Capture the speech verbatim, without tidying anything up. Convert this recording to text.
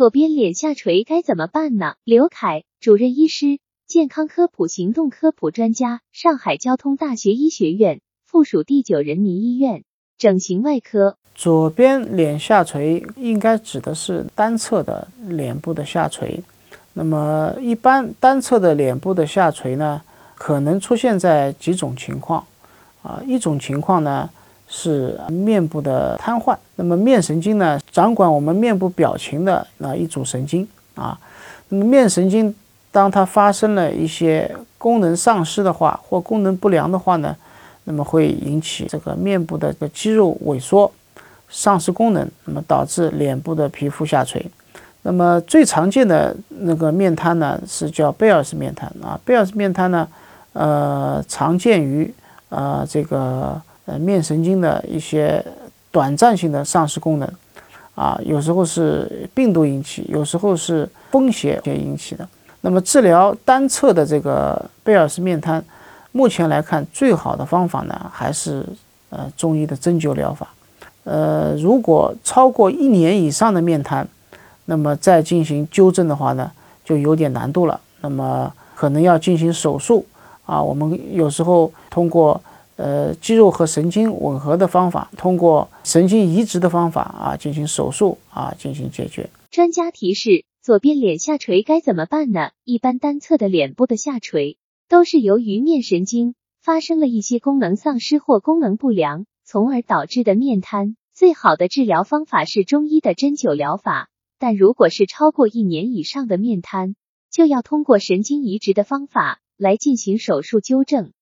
左边脸下垂该怎么办呢？刘凯，主任医师，健康科普行动科普专家，上海交通大学医学院附属第九人民医院整形外科。 左边脸下垂应该指的是单侧的脸部的下垂。那么一般单侧的脸部的下垂呢，可能出现在几种情况啊，一种情况呢是面部的瘫痪。那么面神经呢，掌管我们面部表情的那一组神经啊。那么面神经当它发生了一些功能丧失的话，或功能不良的话呢，那么会引起这个面部的这个肌肉萎缩，丧失功能，那么导致脸部的皮肤下垂。那么最常见的那个面瘫呢，是叫贝尔氏面瘫啊。贝尔氏面瘫呢，呃，常见于呃这个呃面神经的一些短暂性的丧失功能啊，有时候是病毒引起，有时候是风邪引起的。那么治疗单侧的这个贝尔氏面瘫，目前来看最好的方法呢，还是呃中医的针灸疗法。呃，如果超过一年以上的面瘫，那么再进行纠正的话呢，就有点难度了。那么可能要进行手术啊。我们有时候通过呃肌肉和神经吻合的方法，通过神经移植的方法啊进行手术啊进行解决。 专家提示：左边脸下垂该怎么办呢？一般单侧的脸部的下垂都是由于面神经发生了一些功能丧失或功能不良，从而导致的面瘫。最好的治疗方法是中医的针灸疗法，但如果是超过一年以上的面瘫，就要通过神经移植的方法来进行手术纠正。